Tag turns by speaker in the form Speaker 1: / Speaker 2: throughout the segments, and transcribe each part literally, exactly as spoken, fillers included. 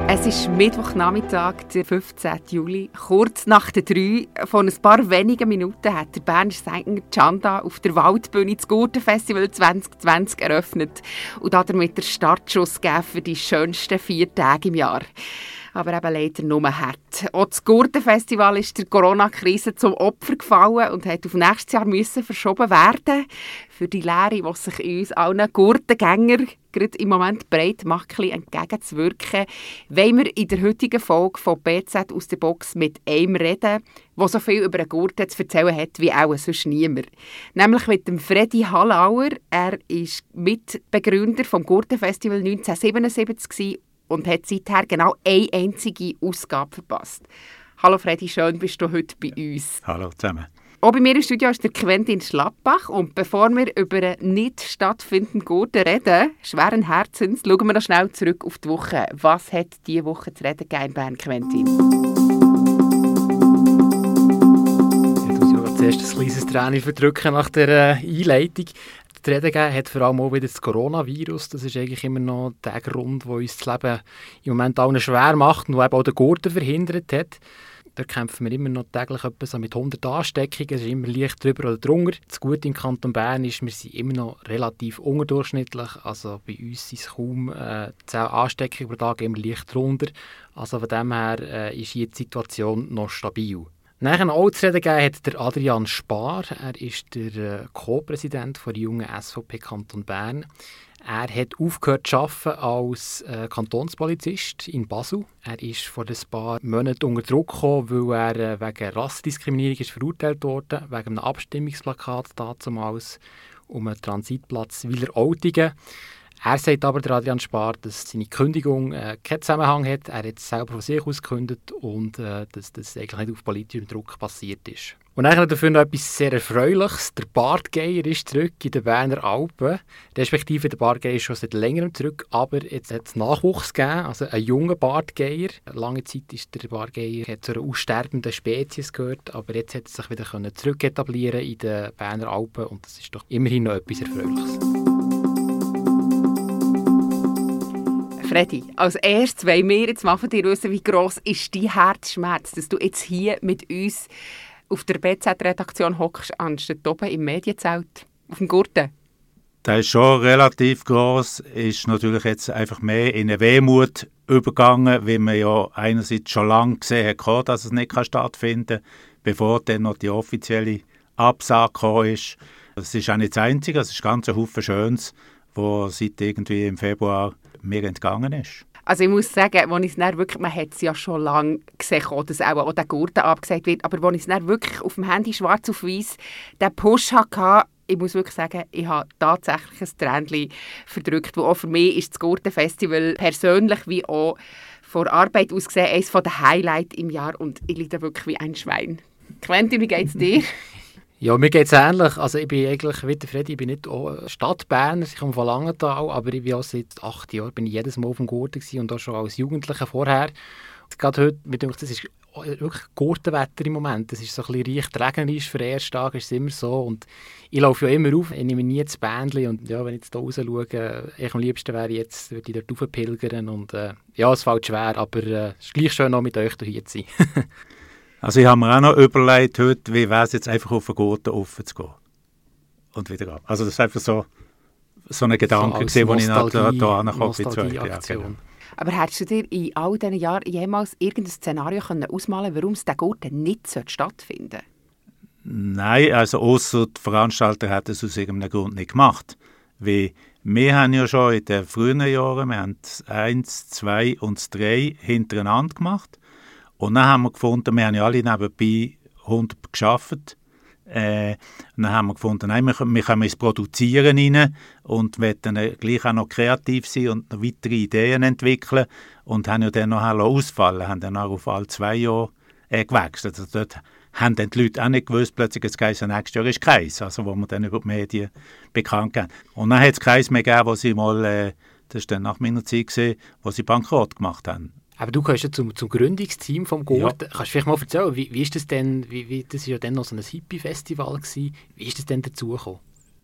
Speaker 1: Es ist Mittwochnachmittag, der fünfzehnten Juli. Kurz nach der drei, von ein paar wenigen Minuten, hat der Berner Sänger Chanda auf der Waldbühne das Gurtenfestival zwanzig zwanzig eröffnet und damit den Startschuss gegeben für die schönsten vier Tage im Jahr. Aber eben leider nur hart. Auch das Gurtenfestival ist der Corona-Krise zum Opfer gefallen und hat auf nächstes Jahr müssen verschoben werden. Für die Lehre, die sich in uns allen Gurtengängern gerade im Moment breit macht, entgegenzuwirken, wollen wir in der heutigen Folge von B Z aus der Box mit einem reden, der so viel über den Gurten zu erzählen hat wie auch sonst niemand. Nämlich mit dem Freddy Hallauer. Er ist Mitbegründer des Gurtenfestival neunzehnhundertsiebenundsiebzig und hat seither genau eine einzige Ausgabe verpasst. Hallo Freddy, schön bist du heute bei uns.
Speaker 2: Hallo zusammen.
Speaker 1: Auch bei mir im Studio ist der Quentin Schlappach. Und bevor wir über einen nicht stattfindenden Gurten reden, schweren Herzens, schauen wir noch schnell zurück auf die Woche. Was hat diese Woche zu reden gegeben in Bern, Quentin?
Speaker 3: Ich muss ja zuerst ein kleines Training verdrücken nach der äh, Einleitung. Die Rede gegeben hat vor allem auch wieder das Coronavirus. Das ist eigentlich immer noch der Grund, der uns das Leben im Moment allen schwer macht und der eben auch den Gurten verhindert hat. Da kämpfen wir immer noch täglich etwa so mit hundert Ansteckungen. Es ist immer leicht drüber oder drunter. Das Gute im Kanton Bern ist, wir sind immer noch relativ unterdurchschnittlich. Also bei uns sind es kaum äh, zehn Ansteckungen pro Tag, immer leicht drunter. Also von dem her äh, ist hier die Situation noch stabil. Nachher auch zu reden gegeben hat der Adrian Spahr. Er ist der äh, Co-Präsident der jungen S V P Kanton Bern. Er hat aufgehört zu arbeiten als äh, Kantonspolizist in Basel. Er ist vor ein paar Monaten unter Druck gekommen, weil er äh, wegen Rassendiskriminierung ist verurteilt wurde, wegen einem Abstimmungsplakat damals um einen Transitplatz Wileroltigen. Er sagt aber, der Adrian Spahr, dass seine Kündigung äh, keinen Zusammenhang hat. Er hat es selber von sich aus gekündigt und äh, dass das eigentlich nicht auf politischem Druck passiert ist. Und dann dafür noch etwas sehr Erfreuliches. Der Bartgeier ist zurück in den Berner Alpen. Respektive der Bartgeier ist schon seit längerem zurück, aber jetzt hat es Nachwuchs gegeben, also einen jungen Bartgeier. Lange Zeit ist der Bartgeier zu einer aussterbenden Spezies gehört, aber jetzt hat er sich wieder zurück etablieren in den Berner Alpen und das ist doch immerhin noch etwas Erfreuliches.
Speaker 1: Freddy, als erstes wollen wir jetzt mal von dir wissen, wie gross ist dein Herzschmerz, dass du jetzt hier mit uns auf der B Z-Redaktion hockst, anstatt oben im Medienzelt auf dem Gurten?
Speaker 2: Das ist schon relativ gross, ist natürlich jetzt einfach mehr in eine Wehmut übergegangen, weil man ja einerseits schon lange gesehen hat, dass es nicht stattfinden kann, bevor dann noch die offizielle Absage gekommen ist. Das ist auch nicht das Einzige, es ist ganz ein Haufen Schönes, was seit irgendwie im Februar mir entgangen ist.
Speaker 1: Also ich muss sagen, als ich es dann wirklich, man hat es ja schon lange gesehen, dass auch, auch der Gurten abgesagt wird, aber als ich es dann wirklich auf dem Handy schwarz auf weiß den Push hatte, ich muss wirklich sagen, ich habe tatsächlich ein Tränchen verdrückt, wo auch für mich ist das Gurtenfestival persönlich wie auch von Arbeit aus gesehen eines der Highlights im Jahr und ich leide wirklich wie ein Schwein. Quentin, wie geht es dir?
Speaker 3: Ja, mir geht es ähnlich. Also ich bin eigentlich, wie der Freddy, ich bin nicht Stadtberner, ich komme von Langenthal, aber ich bin auch seit acht Jahren bin ich jedes Mal auf dem Gurten gewesen und auch schon als Jugendlicher vorher. Gerade heute, mir denke, das ist wirklich Gurtenwetter im Moment. Es ist so ein bisschen leicht regnerisch, für den ersten Tag ist es immer so und ich laufe ja immer auf, ich nehme nie das Bändchen und ja, wenn ich jetzt hier raus schaue, ich am liebsten wäre jetzt, würde ich dort raufpilgern und äh, ja, es fällt schwer, aber äh, es ist gleich schön, auch mit euch hier zu sein.
Speaker 2: Also ich habe mir auch noch überlegt heute, wie wäre es jetzt einfach auf den Gurten offen zu gehen und wieder ab. Also das ist einfach so, so ein Gedanke, so den ich noch da, da ankomme. Ja, genau.
Speaker 1: Aber hättest du dir in all diesen Jahren jemals irgendein Szenario können ausmalen, warum es den Gurten nicht stattfinden sollte?
Speaker 2: Nein, also ausser die Veranstalter hätten es aus irgendeinem Grund nicht gemacht. Weil wir haben ja schon in den frühen Jahren, wir haben eins, zwei und drei hintereinander gemacht. Und dann haben wir gefunden, wir haben ja alle nebenbei hundert gearbeitet. Äh, und dann haben wir gefunden, nein, wir, wir können es produzieren rein und wollen äh, gleich auch noch kreativ sein und noch weitere Ideen entwickeln. Und haben ja dann noch ausfallen, haben dann auch auf alle zwei Jahre äh, gewechselt. Also dort haben dann die Leute auch nicht gewusst, plötzlich das Kreis, nächstes Jahr ist Kreis, also wo wir dann über die Medien bekannt geben. Und dann hat es Kreis mehr gegeben, wo sie mal, äh, das war dann nach meiner Zeit, gewesen, wo sie bankrott gemacht haben.
Speaker 3: Aber du gehörst ja zum, zum Gründungsteam vom Gurten. Ja. Kannst du vielleicht mal erzählen, wie, wie ist das denn, wie, wie, das war ja dann noch so ein Hippie-Festival gewesen. Wie ist das denn dazugekommen?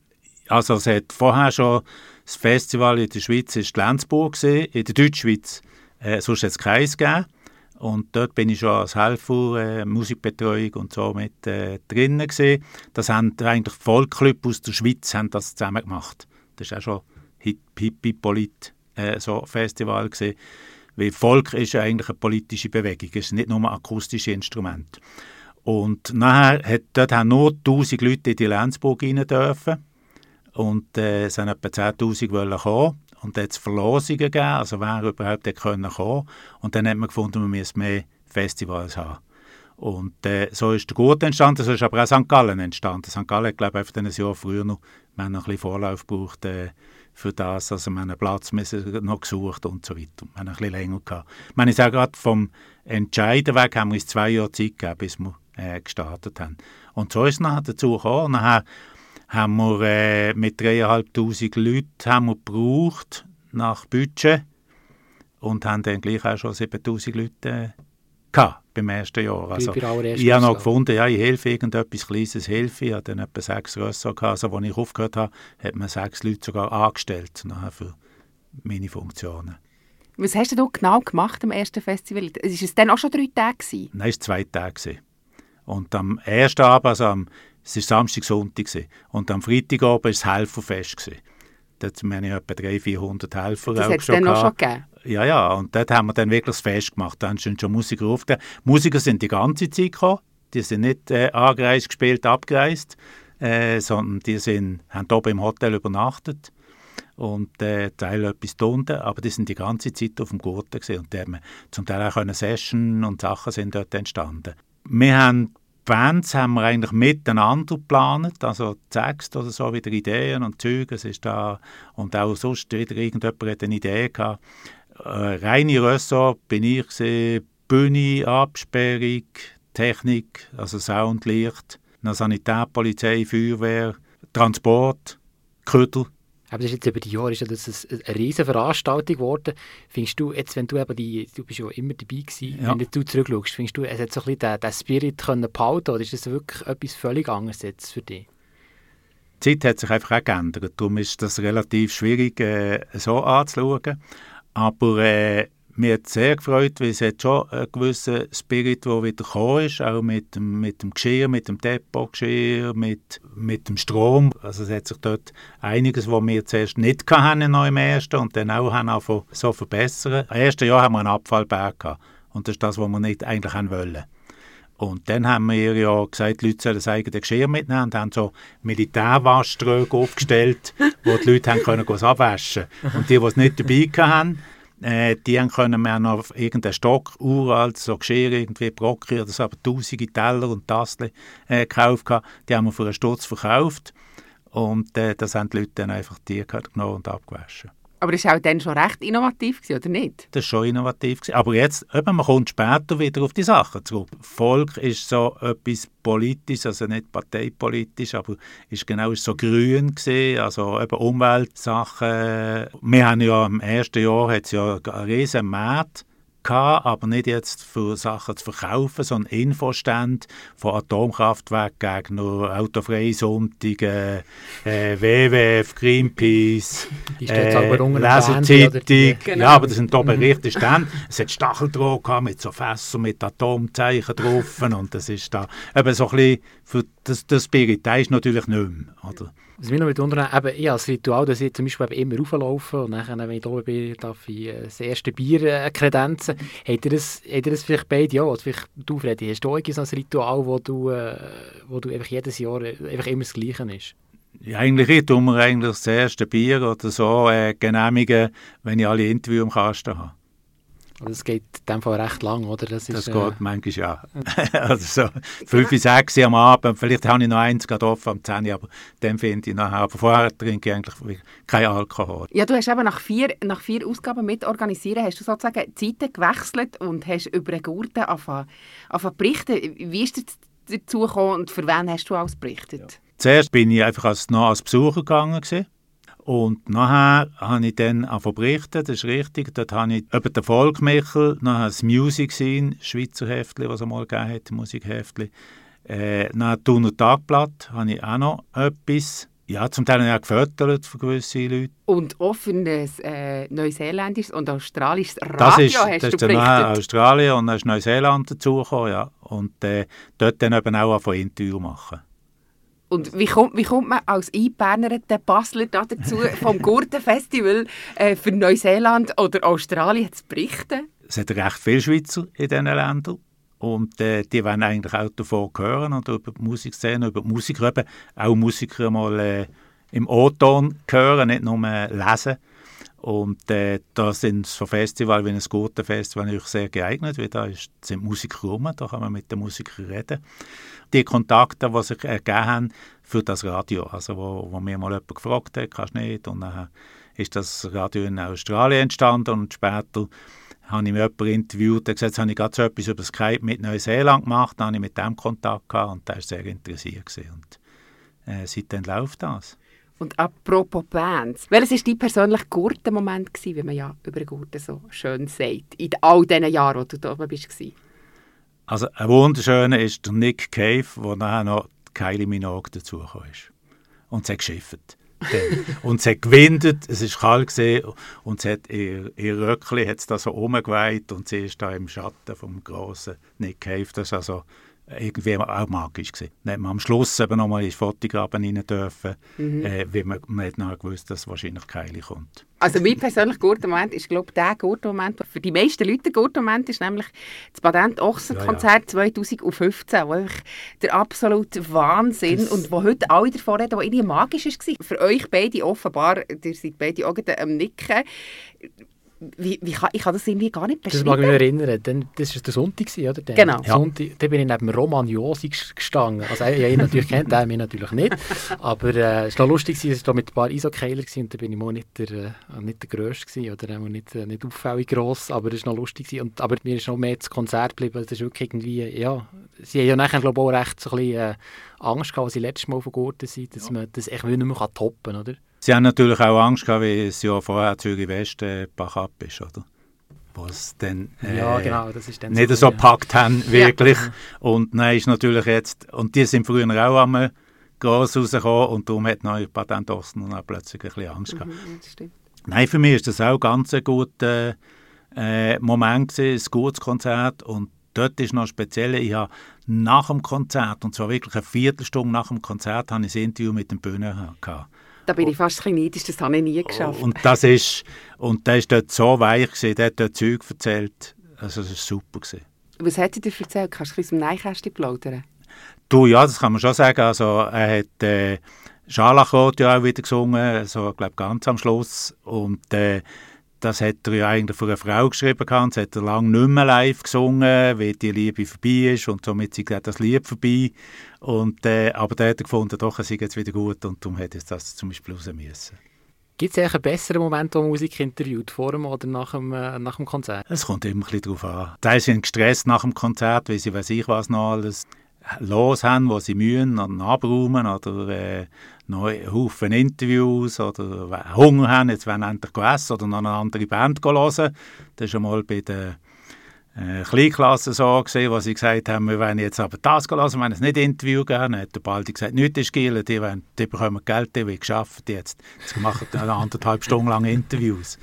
Speaker 2: Also es hat vorher schon das Festival in der Schweiz, ist Lenzburg gewesen, in der Deutschschweiz Äh, sonst hat es keins gegeben. Und dort bin ich schon als Helfer, äh, Musikbetreuung und so mit äh, drinnen gewesen. Das haben eigentlich Volksclub aus der Schweiz haben das zusammen gemacht. Das war auch schon Hippie-Polit äh, so Festival gewesen. Weil Volk ist ja eigentlich eine politische Bewegung, es ist nicht nur ein akustisches Instrument. Und nachher hat, dort haben nur tausend Leute in die Lenzburg rein dürfen. Und äh, es haben etwa zehntausend wollen kommen. Und dann hat es Verlosungen gegeben, also wer überhaupt kommen konnte. Und dann hat man gefunden, man müsse mehr Festivals haben. Und äh, so ist der Gurt entstanden, so ist aber auch Sankt Gallen entstanden. Sankt Gallen hat, glaube ich, ein Jahr früher noch, wir haben noch ein bisschen Vorlauf gebraucht äh, für das, also wir haben einen Platz noch gesucht und so weiter. Wir haben ein bisschen länger gehabt. Ich meine, ich sage gerade, vom Entscheiden weg haben wir uns zwei Jahre Zeit gegeben, bis wir äh, gestartet haben. Und so ist es nachher dazu gekommen. Nachher haben wir äh, mit dreieinhalbtausend Leuten haben wir gebraucht nach Budget und haben dann gleich auch schon siebentausend Leute äh, gehabt beim ersten Jahr. Also, ich habe noch gefunden, ja, ich helfe irgendetwas Kleines, helfe. Ich hatte dann etwa sechs Rösser gehabt. Also, als ich aufgehört habe, hat man sechs Leute sogar angestellt nachher für meine Funktionen.
Speaker 1: Was hast du genau gemacht am ersten Festival? Ist es dann auch schon drei Tage gewesen?
Speaker 2: Nein, es war zwei Tage. Und am ersten Abend, also am Es war Samstag, Sonntag. Und am Freitagabend war es Helferfest. Dort haben wir etwa dreihundert, vierhundert Helfer.
Speaker 1: Das hat es dann auch schon gegeben?
Speaker 2: Ja, ja. Und dort haben wir dann wirklich das Fest gemacht. Dann sind schon Musiker aufgetreten. Musiker sind die ganze Zeit gekommen. Die sind nicht äh, angereist, gespielt, abgereist, äh, sondern die sind, haben oben im Hotel übernachtet und äh, Teil etwas unten, aber die sind die ganze Zeit auf dem Gurten gewesen. Und da haben wir zum Teil auch Session und Sachen sind dort entstanden. Wir haben Bands haben wir eigentlich miteinander geplant, also Text oder so, wieder Ideen und Zeug, es ist da, und auch sonst wieder irgendjemand hat eine Idee gehabt. Äh, reine Ressort bin ich gewesen, Bühne, Absperrung, Technik, also Sound, Licht, Sanität, Polizei, Feuerwehr, Transport, Köder.
Speaker 3: Aber das ist jetzt über die Jahre ist ja das eine riesige Veranstaltung geworden. Findest du, jetzt, wenn du eben die, du bist ja immer dabei gewesen, ja. Wenn du zurückschaust, findest du, es hat so ein bisschen den, den Spirit können behalten, oder ist das wirklich etwas völlig anderes jetzt für dich?
Speaker 2: Die Zeit hat sich einfach auch geändert, darum ist das relativ schwierig äh, so anzuschauen. Aber äh, mir hat es sehr gefreut, weil es hat schon einen gewissen Spirit, der wieder gekommen ist, auch mit dem, mit dem Geschirr, mit dem Depotgeschirr, mit, mit dem Strom. Also es hat sich dort einiges, was wir zuerst nicht hatten noch im ersten und dann auch haben so verbessern. Im ersten Jahr haben wir einen Abfallberg gehabt und das ist das, was wir nicht eigentlich haben wollen. Und dann haben wir ja gesagt, die Leute sollen das eigene Geschirr mitnehmen und haben so Militärwaschströge aufgestellt, wo die Leute haben können abwaschen konnten. Und die, die es nicht dabei hatten, Äh, die können wir noch auf irgendeinen Stock, uralt, so Geschirr, irgendwie Brocki oder so, aber tausende Teller und Tassen äh, gekauft. Die haben wir für einen Sturz verkauft und äh, das haben die Leute dann einfach die genommen und abgewaschen.
Speaker 1: Aber das war auch dann schon recht innovativ, oder nicht?
Speaker 2: Das war schon innovativ. Aber jetzt, eben, man kommt später wieder auf die Sachen zurück. Volk ist so etwas Politisches, also nicht parteipolitisch, aber ist genau ist so grün gewesen, also eben Umweltsachen. Wir haben ja im ersten Jahr hat's ja einen riesen Markt gehabt, aber nicht jetzt für Sachen zu verkaufen, sondern Infostände von Atomkraftwerkgegnern, autofreie Sonntage, äh, W W F, Greenpeace, äh, Lesezeitung. Genau. Ja, aber das sind da berichtete Stände. Es hat Stacheldraht gehabt mit so Fässern mit Atomzeichen drauf und das ist da eben so ein bisschen für das, das Spirit, das ist natürlich nicht mehr, oder?
Speaker 3: Was mich noch mit wundern, eben, ich als Ritual, dass ich zum Beispiel immer rauflaufe und dann, wenn ich da bin, darf ich das erste Bier äh, kredenzen. Habt ihr das, habt ihr das vielleicht beide auch? Oder vielleicht du, Freddy, hast du auch so ein Ritual, wo du, äh, wo du einfach jedes Jahr einfach immer das Gleiche ist?
Speaker 2: Ja, eigentlich tun wir eigentlich das erste Bier oder so äh, genehmigen, wenn ich alle Interviews im Kasten habe.
Speaker 3: Also das geht in dem Fall recht lang, oder? Das,
Speaker 2: das
Speaker 3: ist,
Speaker 2: geht
Speaker 3: äh...
Speaker 2: manchmal ja. Also so fünf bis sechs am Abend, vielleicht habe ich noch eins gerade offen am zehn, aber dann finde ich nachher. Aber vorher trinke ich eigentlich keinen Alkohol.
Speaker 1: Ja, du hast eben nach vier, nach vier Ausgaben mit organisieren, hast du sozusagen Zeiten gewechselt und hast über den Gurten angefangen zu berichten. Wie ist es dazu gekommen und für wen hast du alles berichtet?
Speaker 2: Ja. Zuerst bin ich einfach als, noch als Besucher gegangen gewesen. Und nachher habe ich dann angefangen berichten, das ist richtig. Dort habe ich über den Volkmichel, nachher das Music Scene, Schweizer Heftli, was es einmal gegeben hat, Musikheftli. Äh, nachher Thuner Tagblatt habe ich auch noch etwas Ja, zum Teil auch gefördert für gewisse Leute.
Speaker 1: Und auch für ein äh, neuseeländisches und australisches Radio
Speaker 2: das ist,
Speaker 1: hast
Speaker 2: das
Speaker 1: du
Speaker 2: ist dann
Speaker 1: berichtet.
Speaker 2: Australien und dann ist Neuseeland dazugekommen, ja. Und äh, dort dann eben auch von Interview machen.
Speaker 1: Und wie kommt, wie kommt man als eingebernerter Basler dazu, vom Gurtenfestival äh, für Neuseeland oder Australien zu berichten?
Speaker 2: Es hat recht viele Schweizer in diesen Ländern. Und äh, die wollen eigentlich auch davon hören und über die Musikszene, über die Musiker eben, auch Musiker mal äh, im O-Ton hören, nicht nur äh, lesen. Und äh, da sind so Festivals wie ein Gurtenfestival natürlich sehr geeignet, weil da ist, sind Musiker rum, da kann man mit den Musikern reden. Die Kontakte, die sich ergeben haben für das Radio, also wo, wo mir mal jemand gefragt hat, kannst du nicht, und dann ist das Radio in Australien entstanden und später habe ich mir jemanden interviewt, der gesagt hat, jetzt habe ich gerade so etwas über Skype mit Neuseeland gemacht, dann habe ich mit dem Kontakt gehabt und der war sehr interessiert gewesen. Und äh, seitdem läuft das.
Speaker 1: Und apropos Bands, welches war dein persönlich Gurtenmoment gewesen, wie man ja über Gurten so schön sagt, in all diesen Jahren, wo du da oben warst?
Speaker 2: Also ein wunderschöner ist der Nick Cave, wo nachher noch Kylie Minogue dazugekommen ist. Und sie hat geschifft. Und es hat gewindet, es war kalt gewesen, und sie hat ihr, ihr Röckchen hat da so rumgeweiht und sie ist da im Schatten vom grossen Nick Cave. Das war also irgendwie auch magisch gewesen. Dann hat man am Schluss eben noch mal ins Fotograben rein dürfen, mhm. äh, weil man, man hat nachher gewusst, dass wahrscheinlich Kylie kommt.
Speaker 1: Also mein persönlicher Gurtenmoment ist, glaube ich, der Gurtenmoment, für die meisten Leute der Gurtenmoment ist nämlich das Patent-Ochsen-Konzert ja, ja. zwanzig fünfzehn, wo einfach der absolute Wahnsinn das und wo heute alle davon reden, wo irgendwie magisch war. Für euch beide offenbar, ihr seid beide auch am Nicken. Wie, wie kann, ich kann das irgendwie gar nicht beschreiben.
Speaker 3: Das mag ich mich erinnern. Dann, das war der Sonntag, oder? Dann,
Speaker 1: genau.
Speaker 3: Ja. Sonntag, dann bin ich neben Roman Josi gestanden. Also, ich habe ihn natürlich kennt, er mich natürlich nicht. Aber äh, es war noch lustig, es war mit ein paar Eishockeylern und da bin ich mal nicht der, äh, nicht der Grösste oder nicht, äh, nicht auffällig gross, aber es war noch lustig. Und, aber mir ist noch mehr das Konzert geblieben. Das ist wirklich irgendwie, ja, sie haben ja nachher, glaube ich, auch recht so ein bisschen äh, Angst gehabt, als sie letztes Mal von Gurten sind, dass ja. man das echt nicht mehr toppen kann, oder?
Speaker 2: Sie haben natürlich auch Angst gehabt, weil es ja vorher Zürich West äh, Bach-ab ist, oder? Was dann äh,
Speaker 3: ja, genau, das ist dann
Speaker 2: nicht so,
Speaker 3: so
Speaker 2: gepackt ja. haben, wirklich. Ja. Und dann ist natürlich jetzt, und die sind früher auch einmal gross rausgekommen und darum hat neue Patent Ochsen dann plötzlich ein bisschen Angst gehabt.
Speaker 1: Mhm, das stimmt.
Speaker 2: Nein, für mich ist das auch ganz ein guter äh, Moment gewesen, ein gutes Konzert, und dort ist noch speziell, ich habe nach dem Konzert, und zwar wirklich eine Viertelstunde nach dem Konzert, habe ich ein Interview mit dem Bühnen gehabt.
Speaker 1: Da bin ich fast ein bisschen neidisch, das habe ich nie geschafft.
Speaker 2: Und das ist, und der ist dort so weich gewesen, der hat dort Zeug erzählt, also das war super gewesen.
Speaker 1: Was hat er dir erzählt? Kannst du ein bisschen aus dem Nähkästchen plaudern?
Speaker 2: Du, ja, das kann man schon sagen. Also er hat äh, Scharlachrot ja auch wieder gesungen, also ich glaube ganz am Schluss, und äh, das hat er ja eigentlich für eine Frau geschrieben gehabt, das hat er lange nicht mehr live gesungen, weil die Liebe vorbei ist und somit ist das Lied vorbei. Und, äh, aber der hat er gefunden, doch, es sei jetzt wieder gut, und darum hätte es das zum Beispiel raus müssen.
Speaker 3: Gibt es eigentlich einen besseren Moment, wo Musik interviewt, vor dem oder nach dem, äh, nach dem Konzert?
Speaker 2: Es kommt immer ein bisschen darauf an. Teilweise sind gestresst nach dem Konzert, weil sie weiss ich was noch alles los haben, wo sie mühen oder abräumen oder äh, noch einen Haufen Interviews oder Hunger haben, jetzt wollen endlich essen oder noch eine andere Band hören. Das war einmal bei der äh, Kleinklasse so gewesen, wo sie gesagt haben, wir wollen jetzt aber das hören, wir wollen es nicht Interview geben. Dann hat der Baldi gesagt, nichts ist gilt, die, wollen, die bekommen Geld, die wollen geschafft jetzt. Jetzt machen wir anderthalb Stunden lang Interviews.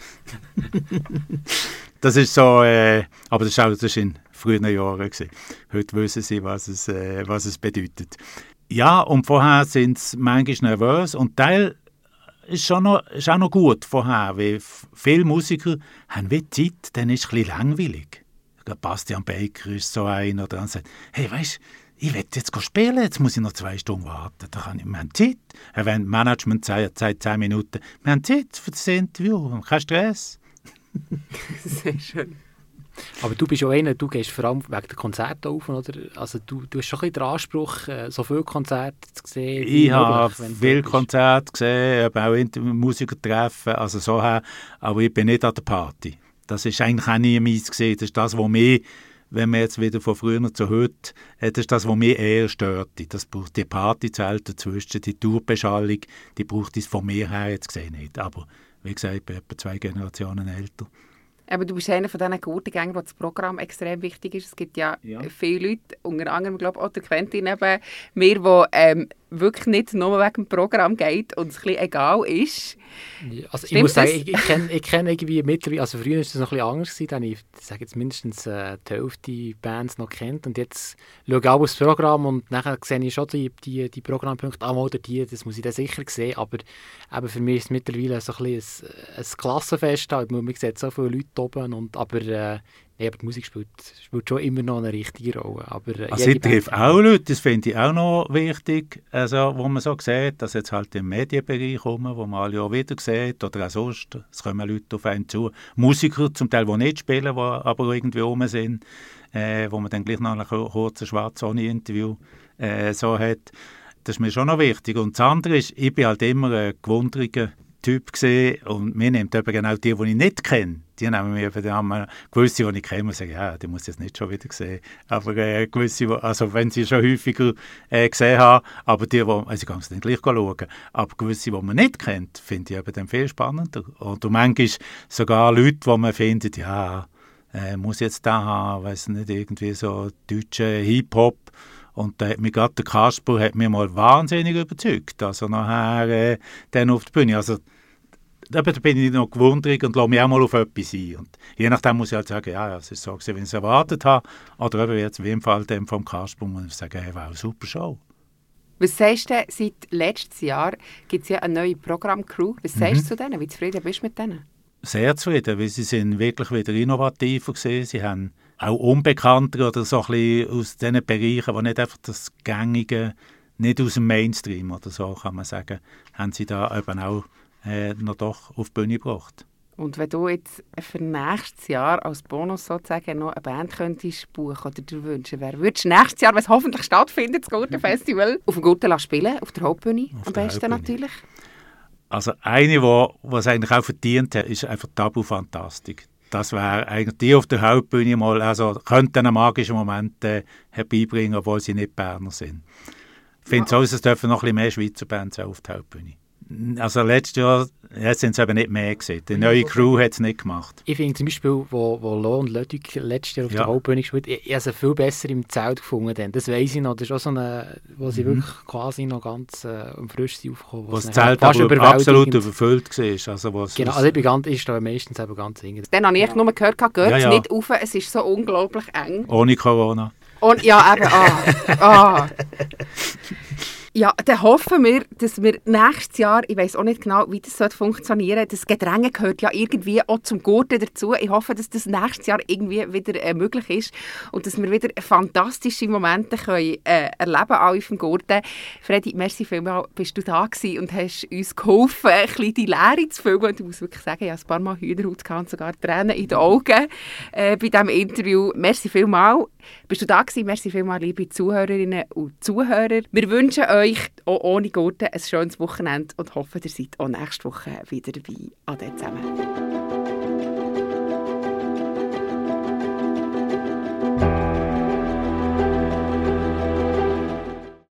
Speaker 2: Das ist so, äh, aber das war das ist in frühen Jahren gewesen. Heute wissen sie, was es, äh, was es bedeutet. Ja, und vorher sind sie manchmal nervös, und Teil ist, schon noch, ist auch noch gut vorher, weil viele Musiker haben wie Zeit, dann ist es ein bisschen langweilig. Bastian Baker ist so ein, oder dann sagt, hey, weißt du, ich will jetzt spielen, jetzt muss ich noch zwei Stunden warten. Da kann ich, wir haben Zeit. Wenn Management sagt, sagt zehn Minuten, wir haben Zeit für das Interview, kein Stress.
Speaker 1: Sehr schön.
Speaker 3: Aber du bist ja einer, du gehst vor allem wegen der Konzerte auf, oder? Also du, du hast schon ein bisschen den Anspruch, so viele Konzerte zu sehen.
Speaker 2: Ich habe viele Konzerte gesehen, aber auch Musiker treffen, also so, aber ich bin nicht an der Party. Das ist eigentlich auch nie meins gesehen. Das ist das, was mich, wenn wir jetzt wieder von früher zu heute, das ist das, was mich eher stört. Das braucht die Partyzelt dazwischen, die Tourbeschallung, die braucht es von mir her jetzt gesehen nicht. Aber wie gesagt, ich bin etwa zwei Generationen älter.
Speaker 1: Aber du bist einer von diesen Gurtengängern, wo das Programm extrem wichtig ist. Es gibt ja, ja. viele Leute, unter anderem glaube ich, auch der Quentin neben mir, die ähm, wirklich nicht nur wegen dem Programm geht und es ein bisschen egal ist.
Speaker 3: Ja, also ich muss sagen, ich, ich kenne ich kenn irgendwie mittlerweile, also früher war das noch ein bisschen anders gewesen, dann ich sage jetzt mindestens äh, die Hälfte Bands noch kennt und jetzt schaue ich auch aufs Programm und nachher sehe ich schon die, die, die Programmpunkte, ah, oder die, das muss ich dann sicher sehen, aber eben für mich ist es mittlerweile so ein bisschen ein, ein Klassenfest, halt. Man sieht so viele Leute oben, und, aber äh, nee, aber die Musik spielt, spielt schon immer noch eine richtige Rolle. Aber, äh,
Speaker 2: also ich treffe auch Leute, das finde ich auch noch wichtig, also, wo man so sieht, dass jetzt halt im Medienbereich kommen, wo man alle auch wieder sieht, oder auch sonst, es kommen Leute auf einen zu, Musiker zum Teil, die nicht spielen, die aber irgendwie rum sind, äh, wo man dann gleich noch ein kurzes Schwarz-Sonny-Interview äh, so hat. Das ist mir schon noch wichtig. Und das andere ist, ich bin halt immer ein gewundriger Typ gesehen und mir nimmt eben genau die, die ich nicht kenne. Die nehmen mir eben dann gewisse, die ich kenne, und sagen, ja, die muss ich jetzt nicht schon wieder sehen. Aber äh, gewisse, also wenn sie schon häufiger äh, gesehen haben, aber die, die, also ich kann es dann gleich schauen, aber gewisse, die man nicht kennt, finde ich eben dann viel spannender. Und manchmal sogar Leute, die man findet, ja, äh, muss jetzt da haben, weiss nicht, irgendwie so deutsche Hip-Hop. Und da hat mich gerade der Kasper hat mich mal wahnsinnig überzeugt. Also nachher äh, dann auf der Bühne. Also da bin ich noch gewundert und lasse mich auch mal auf etwas ein. Und je nachdem muss ich halt sagen, ja, es ist so gewesen, wie ich es erwartet habe. Oder eben jetzt wie im Fall dem vom Kasper muss ich sagen, hey, wow, super Show.
Speaker 1: Was sagst du, seit letztem Jahr gibt es ja eine neue Programmcrew. Was sagst du mhm. zu denen? Wie zufrieden bist du mit denen?
Speaker 2: Sehr zufrieden, weil sie sind wirklich wieder innovativer gewesen. Sie haben auch unbekannter oder so ein bisschen aus diesen Bereichen, die nicht einfach das Gängige, nicht aus dem Mainstream oder so, kann man sagen, haben sie da eben auch äh, noch doch auf die Bühne gebracht.
Speaker 1: Und wenn du jetzt für nächstes Jahr als Bonus sozusagen noch eine Band könntest buchen oder dir wünschen, wer würdest du nächstes Jahr, wenn es hoffentlich stattfindet, das Gurten-Festival, auf dem Gurten spielen, auf der Hauptbühne
Speaker 2: auf
Speaker 1: am besten natürlich?
Speaker 2: Also eine, die es eigentlich auch verdient hat, ist einfach Tabu Fantastik. Das wäre eigentlich die auf der Hauptbühne mal, also könnte einen magischen Moment äh, herbeibringen, obwohl sie nicht Berner sind. Ich finde ja. so, es dürfen noch ein bisschen mehr Schweizer Bands auf der Hauptbühne. Also letztes Jahr ja, sind es eben nicht mehr gesehen. Die neue Crew hat es nicht gemacht.
Speaker 3: Ich finde zum Beispiel, wo, wo Lo und Ludwig letztes Jahr auf ja. der Hauptbühne gespielt haben, ich, ich habe sie viel besser im Zelt gefunden. Dann. Das weiss ich noch. Das ist auch so eine, wo sie mhm. wirklich quasi noch ganz äh, frisch sind aufgekommen.
Speaker 2: Wo das Zelt aber absolut überfüllt war. Also
Speaker 3: genau, also ich bin ganz, ist da meistens eben ganz hinten.
Speaker 1: Dann habe ich ja. nur gehört, geht ja, ja. nicht rauf, es ist so unglaublich eng.
Speaker 2: Ohne Corona.
Speaker 1: Und ja, eben, ah, ah. Ja, dann hoffen wir, dass wir nächstes Jahr, ich weiss auch nicht genau, wie das funktionieren soll, das Gedränge gehört ja irgendwie auch zum Gurten dazu. Ich hoffe, dass das nächstes Jahr irgendwie wieder äh, möglich ist und dass wir wieder fantastische Momente können, äh, erleben auf dem Gurten. Freddy, merci vielmals, bist du da gewesen und hast uns geholfen, ein bisschen die Leere zu füllen. Und ich muss wirklich sagen, ich habe ein paar Mal Hühnerhaut gehabt und sogar Tränen in den Augen äh, bei diesem Interview. Merci vielmals. Bist du da gewesen? Merci vielmals, liebe Zuhörerinnen und Zuhörer. Wir wünschen euch auch ohne Gurten ein schönes Wochenende und hoffen, ihr seid auch nächste Woche wieder dabei. Ade zusammen.